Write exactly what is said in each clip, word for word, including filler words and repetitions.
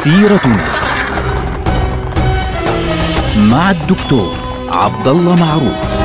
سيرتنا مع الدكتور عبد الله معروف.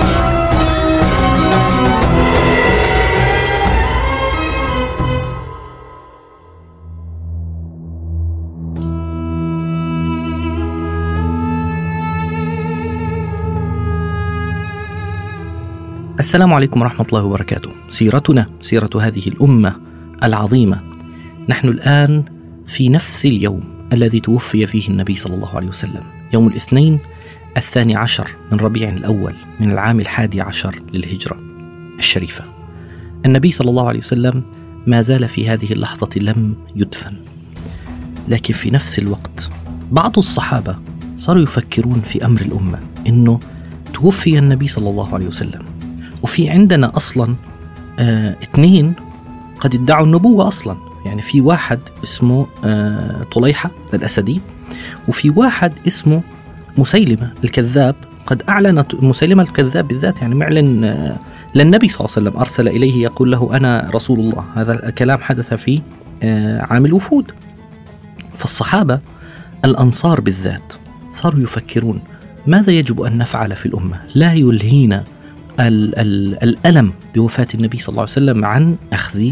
السلام عليكم ورحمة الله وبركاته. سيرتنا سيرة هذه الأمة العظيمة. نحن الآن في نفس اليوم الذي توفي فيه النبي صلى الله عليه وسلم، يوم الاثنين الثاني عشر من ربيع الأول من العام الحادي عشر للهجرة الشريفة. النبي صلى الله عليه وسلم ما زال في هذه اللحظة لم يدفن، لكن في نفس الوقت بعض الصحابة صاروا يفكرون في أمر الأمة، إنه توفي النبي صلى الله عليه وسلم، وفي عندنا أصلا آه اثنين قد ادعوا النبوة أصلا. يعني في واحد اسمه آه طليحة الأسدي، وفي واحد اسمه مسيلمة الكذاب. قد أعلن مسيلمة الكذاب بالذات، يعني معلن آه للنبي صلى الله عليه وسلم، أرسل إليه يقول له أنا رسول الله. هذا الكلام حدث في آه عام الوفود. فالصحابة الأنصار بالذات صاروا يفكرون ماذا يجب أن نفعل في الأمة، لا يلهينا ال ال الألم بوفاة النبي صلى الله عليه وسلم عن أخذ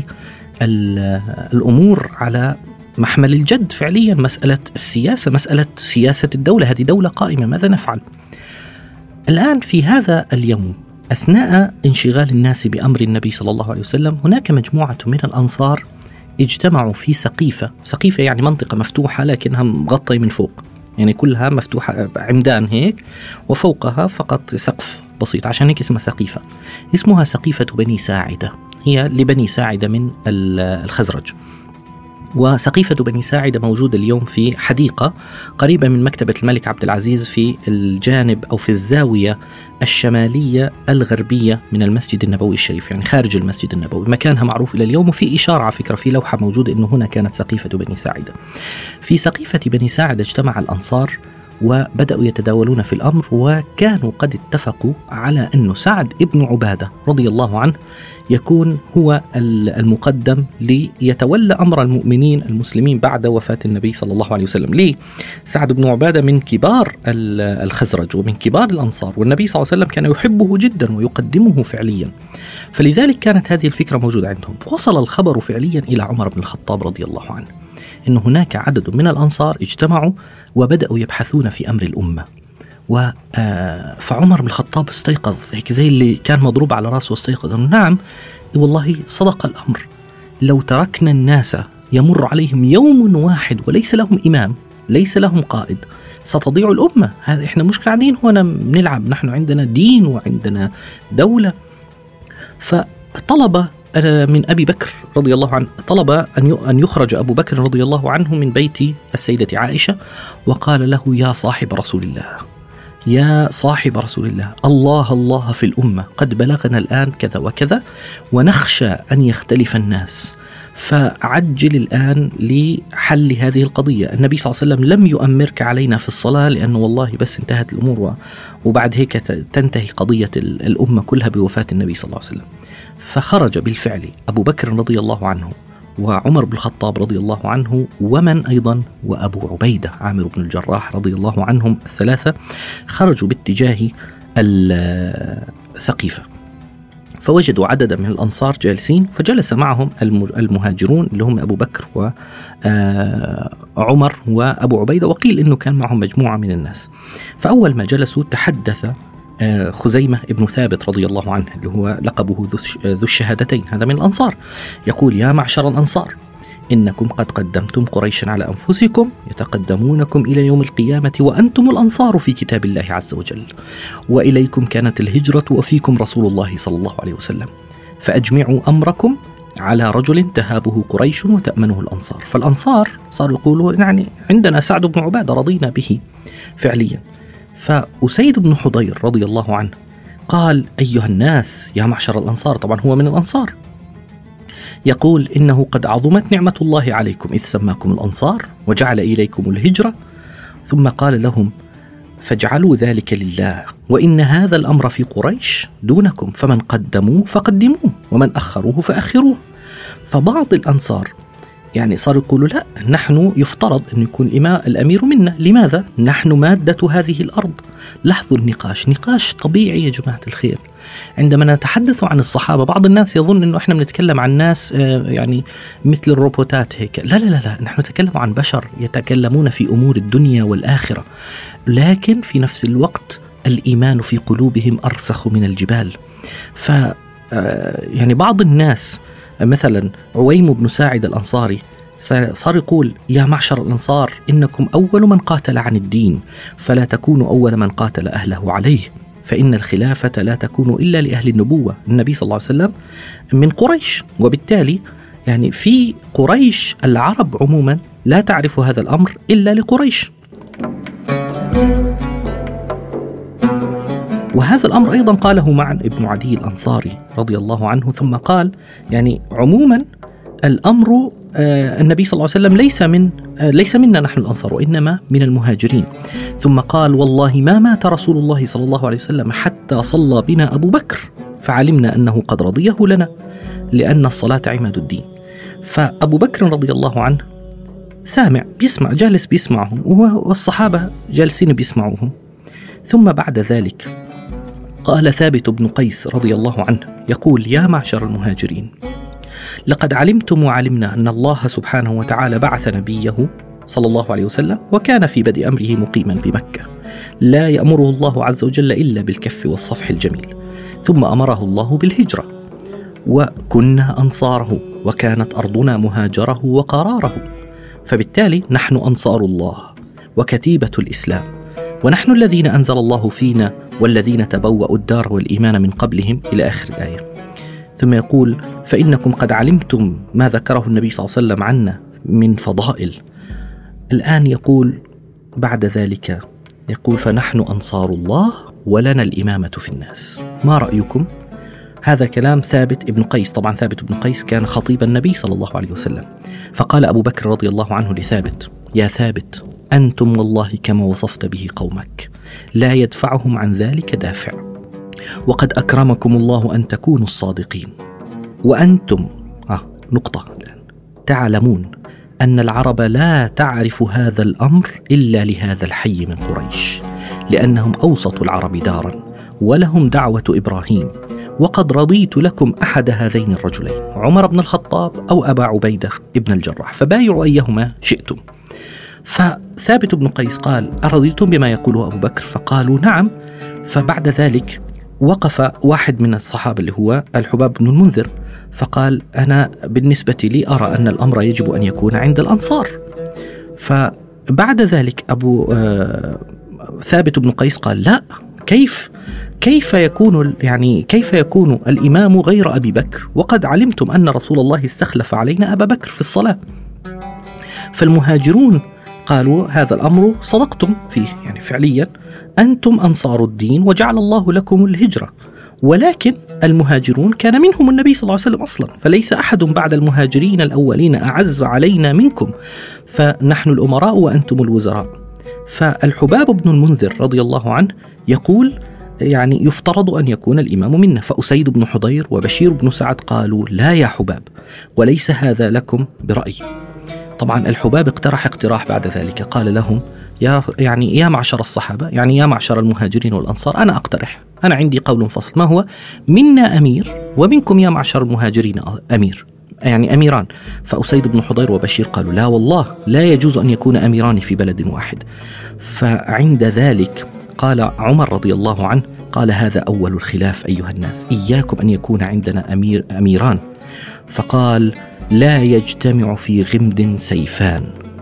الأمور على محمل الجد. فعليا مسألة السياسة، مسألة سياسة الدولة، هذه دولة قائمة، ماذا نفعل الآن في هذا اليوم؟ أثناء انشغال الناس بأمر النبي صلى الله عليه وسلم، هناك مجموعة من الأنصار اجتمعوا في سقيفة. سقيفة يعني منطقة مفتوحة لكنها مغطية من فوق، يعني كلها مفتوحة عمدان هيك، وفوقها فقط سقف بسيط، عشان هيك اسمها سقيفة. اسمها سقيفة بني ساعدة، هي لبني ساعدة من الخزرج. وسقيفة بني ساعدة موجودة اليوم في حديقة قريبة من مكتبة الملك عبد العزيز في الجانب أو في الزاوية الشمالية الغربية من المسجد النبوي الشريف، يعني خارج المسجد النبوي. مكانها معروف إلى اليوم، وفي إشارة على فكرة في لوحة موجودة أنه هنا كانت سقيفة بني ساعدة. في سقيفة بني ساعدة اجتمع الأنصار وبدأوا يتداولون في الأمر، وكانوا قد اتفقوا على أنه سعد ابن عبادة رضي الله عنه يكون هو المقدم ليتولى أمر المؤمنين المسلمين بعد وفاة النبي صلى الله عليه وسلم. ليه؟ سعد بن عبادة من كبار الخزرج ومن كبار الأنصار، والنبي صلى الله عليه وسلم كان يحبه جدا ويقدمه فعليا، فلذلك كانت هذه الفكرة موجودة عندهم. وصل الخبر فعليا إلى عمر بن الخطاب رضي الله عنه إن هناك عدد من الأنصار اجتمعوا وبدأوا يبحثون في أمر الأمة. و فعمر بن الخطاب استيقظ هيك زي اللي كان مضروب على رأسه، استيقظ إنه نعم والله صدق الأمر، لو تركنا الناس يمر عليهم يوم واحد وليس لهم إمام، ليس لهم قائد، ستضيع الأمة. هذا إحنا مش قاعدين هنا بنلعب، نحن عندنا دين وعندنا دولة. فطلب من أبي بكر رضي الله عنه، طلب أن يخرج أبو بكر رضي الله عنه من بيت السيدة عائشة، وقال له يا صاحب رسول الله، يا صاحب رسول الله، الله الله في الأمة، قد بلغنا الآن كذا وكذا، ونخشى أن يختلف الناس، فعجل الآن لحل هذه القضية. النبي صلى الله عليه وسلم لم يؤمرك علينا في الصلاة، لأنه والله بس انتهت الأمور وبعد هيك تنتهي قضية الأمة كلها بوفاة النبي صلى الله عليه وسلم. فخرج بالفعل أبو بكر رضي الله عنه وعمر بن الخطاب رضي الله عنه، ومن أيضا وأبو عبيدة عامر بن الجراح رضي الله عنهم، الثلاثة خرجوا باتجاه السقيفة. فوجدوا عددا من الأنصار جالسين، فجلس معهم المهاجرون اللي هم أبو بكر وعمر وأبو عبيدة، وقيل إنه كان معهم مجموعة من الناس. فأول ما جلسوا تحدث خزيمة ابن ثابت رضي الله عنه اللي هو لقبه ذو الشهادتين، هذا من الأنصار، يقول يا معشر الأنصار، إنكم قد قدمتم قريشا على أنفسكم، يتقدمونكم إلى يوم القيامة وأنتم الأنصار في كتاب الله عز وجل، وإليكم كانت الهجرة وفيكم رسول الله صلى الله عليه وسلم، فأجمعوا أمركم على رجل تهابه قريش وتأمنه الأنصار. فالأنصار صاروا يقولوا يعني عندنا سعد بن عبادة رضينا به فعليا. فأسيد بن حضير رضي الله عنه قال أيها الناس يا معشر الأنصار، طبعا هو من الأنصار، يقول إنه قد عظمت نعمة الله عليكم إذ سماكم الأنصار وجعل إليكم الهجرة، ثم قال لهم فاجعلوا ذلك لله، وإن هذا الأمر في قريش دونكم، فمن قدموه فقدموه ومن أخروه فأخروه. فبعض الأنصار يعني صار يقولوا لا، نحن يفترض أن يكون الأمير منا. لماذا؟ نحن مادة هذه الأرض. لاحظوا النقاش، نقاش طبيعي يا جماعة الخير. عندما نتحدث عن الصحابة بعض الناس يظن أنه إحنا بنتكلم عن ناس يعني مثل الروبوتات هيك. لا لا لا لا، نحن نتكلم عن بشر يتكلمون في أمور الدنيا والآخرة، لكن في نفس الوقت الإيمان في قلوبهم أرسخ من الجبال. ف يعني بعض الناس مثلا عويم بن ساعد الأنصاري صار يقول يا معشر الأنصار إنكم أول من قاتل عن الدين، فلا تكونوا أول من قاتل أهله عليه، فإن الخلافة لا تكون إلا لأهل النبوة. النبي صلى الله عليه وسلم من قريش، وبالتالي يعني في قريش العرب عموما لا تعرف هذا الأمر إلا لقريش. وهذا الأمر أيضا قاله معن ابن عدي الأنصاري رضي الله عنه، ثم قال يعني عموما الأمر آه النبي صلى الله عليه وسلم ليس من آه ليس منا نحن الأنصار، وإنما من المهاجرين. ثم قال والله ما مات رسول الله صلى الله عليه وسلم حتى صلى بنا أبو بكر، فعلمنا أنه قد رضيه لنا، لأن الصلاة عماد الدين. فأبو بكر رضي الله عنه سامع، بيسمع، جالس بيسمعهم، والصحابة جالسين بيسمعوهم. ثم بعد ذلك قال ثابت بن قيس رضي الله عنه يقول يا معشر المهاجرين، لقد علمتم وعلمنا أن الله سبحانه وتعالى بعث نبيه صلى الله عليه وسلم، وكان في بدء أمره مقيما بمكة، لا يأمره الله عز وجل إلا بالكف والصفح الجميل، ثم أمره الله بالهجرة، وكنا أنصاره، وكانت أرضنا مهاجره وقراره، فبالتالي نحن أنصار الله وكتيبة الإسلام، ونحن الذين أنزل الله فينا والذين تبوأوا الدار والإيمان من قبلهم، إلى آخر الآية. ثم يقول فإنكم قد علمتم ما ذكره النبي صلى الله عليه وسلم عنا من فضائل. الآن يقول بعد ذلك يقول فنحن أنصار الله ولنا الإمامة في الناس، ما رأيكم؟ هذا كلام ثابت ابن قيس. طبعا ثابت ابن قيس كان خطيب النبي صلى الله عليه وسلم. فقال أبو بكر رضي الله عنه لثابت يا ثابت أنتم والله كما وصفت به قومك، لا يدفعهم عن ذلك دافع، وقد أكرمكم الله أن تكونوا الصادقين، وأنتم آه نقطة الآن تعلمون أن العرب لا تعرف هذا الأمر إلا لهذا الحي من قريش، لأنهم أوسط العرب دارا ولهم دعوة إبراهيم، وقد رضيت لكم أحد هذين الرجلين، عمر بن الخطاب أو أبا عبيدة ابن الجراح، فبايعوا أيهما شئتم. فثابت بن قيس قال أرضيتم بما يقوله أبو بكر؟ فقالوا نعم. فبعد ذلك وقف واحد من الصحابة اللي هو الحباب بن المنذر، فقال أنا بالنسبة لي أرى أن الأمر يجب أن يكون عند الأنصار. فبعد ذلك أبو آه ثابت بن قيس قال لا، كيف كيف يكون يعني كيف يكون الإمام غير أبي بكر، وقد علمتم أن رسول الله استخلف علينا أبا بكر في الصلاة. فالمهاجرون قالوا هذا الأمر صدقتم فيه، يعني فعليا أنتم أنصار الدين وجعل الله لكم الهجرة، ولكن المهاجرون كان منهم النبي صلى الله عليه وسلم أصلا، فليس أحد بعد المهاجرين الأولين أعز علينا منكم، فنحن الأمراء وأنتم الوزراء. فالحباب بن المنذر رضي الله عنه يقول يعني يفترض أن يكون الإمام منا. فأسيد بن حضير وبشير بن سعد قالوا لا يا حباب، وليس هذا لكم برأي. طبعا الحباب اقترح اقتراح بعد ذلك، قال لهم يا يعني يا معشر الصحابة، يعني يا معشر المهاجرين والأنصار، أنا أقترح، أنا عندي قول فصل، ما هو؟ منا أمير ومنكم يا معشر المهاجرين أمير، يعني أميران. فأسيد بن حضير وبشير قالوا لا والله لا يجوز أن يكون أميران في بلد واحد. فعند ذلك قال عمر رضي الله عنه قال هذا أول الخلاف أيها الناس، إياكم أن يكون عندنا أمير أميران. فقال لا يجتمع في غمد سيفان،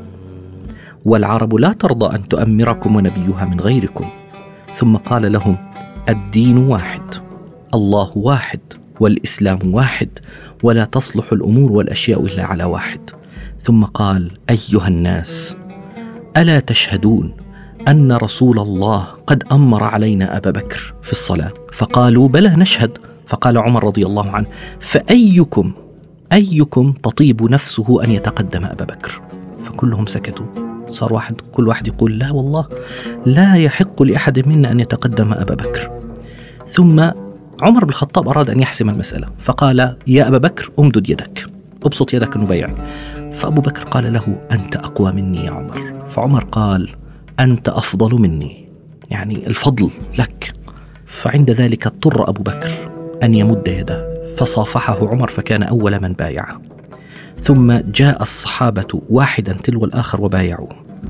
والعرب لا ترضى أن تؤمركم ونبيها من غيركم. ثم قال لهم الدين واحد، الله واحد، والإسلام واحد، ولا تصلح الأمور والأشياء إلا على واحد. ثم قال أيها الناس ألا تشهدون أن رسول الله قد أمر علينا أبا بكر في الصلاة؟ فقالوا بلى نشهد. فقال عمر رضي الله عنه فأيكم أيكم تطيب نفسه أن يتقدم أبا بكر؟ فكلهم سكتوا. صار واحد كل واحد يقول لا والله لا يحق لأحد منا أن يتقدم أبا بكر. ثم عمر بن الخطاب أراد أن يحسم المسألة، فقال يا أبا بكر أمدد يدك، أبسط يدك نبيع. فأبو بكر قال له: أنت أقوى مني يا عمر. فعمر قال: أنت أفضل مني، يعني الفضل لك. فعند ذلك اضطر أبو بكر أن يمد يده، فصافحه عمر فكان أول من بايعه. ثم جاء الصحابة واحدا تلو الآخر وبايعوه،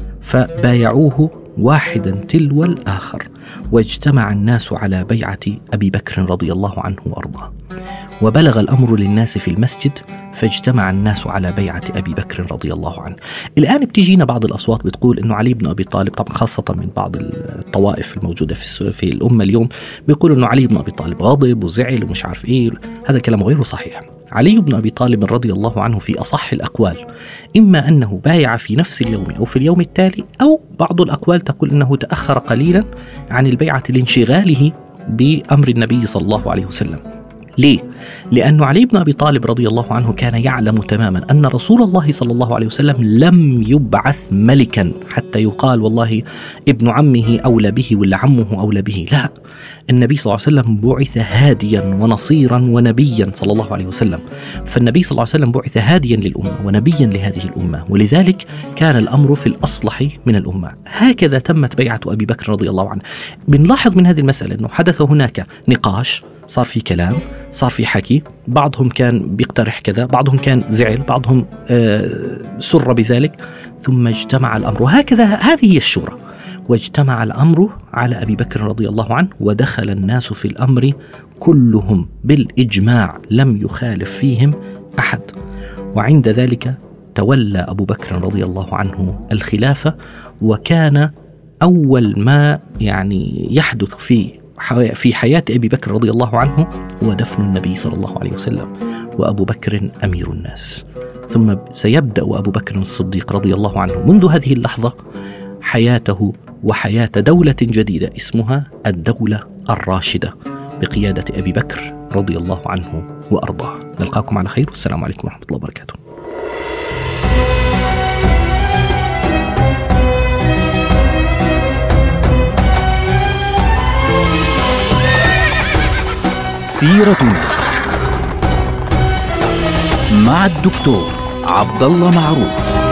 فبايعوه واحدا تلو الآخر، واجتمع الناس على بيعة أبي بكر رضي الله عنه وأرضاه. وبلغ الأمر للناس في المسجد فاجتمع الناس على بيعة أبي بكر رضي الله عنه. الآن بتجينا بعض الأصوات بتقول إنه علي بن أبي طالب، طبعا خاصة من بعض الطوائف الموجودة في في الأمة اليوم، بيقولوا إنه علي بن أبي طالب غاضب وزعل ومش عارف إيه. هذا كلام غير صحيح. علي بن أبي طالب رضي الله عنه في أصح الأقوال إما أنه بايع في نفس اليوم أو في اليوم التالي، أو بعض الأقوال تقول أنه تأخر قليلا عن البيعة لانشغاله بأمر النبي صلى الله عليه وسلم. ليه؟ لأن علي بن أبي طالب رضي الله عنه كان يعلم تماما أن رسول الله صلى الله عليه وسلم لم يبعث ملكا حتى يقال والله ابن عمه أولى به ولا عمه أولى به. لا، النبي صلى الله عليه وسلم بعث هاديا ونصيرا ونبيا صلى الله عليه وسلم. فالنبي صلى الله عليه وسلم بعث هاديا للأمة ونبيا لهذه الأمة، ولذلك كان الأمر في الأصلح من الأمة. هكذا تمت بيعة أبي بكر رضي الله عنه. بنلاحظ من هذه المسألة أنه حدث هناك نقاش، صار في كلام، صار في حكي، بعضهم كان بيقترح كذا، بعضهم كان زعل، بعضهم آه سر بذلك، ثم اجتمع الأمر. وهكذا هذه هي الشورى. واجتمع الأمر على أبي بكر رضي الله عنه، ودخل الناس في الأمر كلهم بالإجماع، لم يخالف فيهم أحد. وعند ذلك تولى أبو بكر رضي الله عنه الخلافة، وكان أول ما يعني يحدث في في حياة أبي بكر رضي الله عنه هو دفن النبي صلى الله عليه وسلم، وأبو بكر أمير الناس. ثم سيبدأ أبو بكر الصديق رضي الله عنه منذ هذه اللحظة حياته وحياة دولة جديدة اسمها الدولة الراشدة بقيادة أبي بكر رضي الله عنه وأرضاه. نلقاكم على خير، والسلام عليكم ورحمة الله وبركاته. سيرتنا مع الدكتور عبد الله معروف.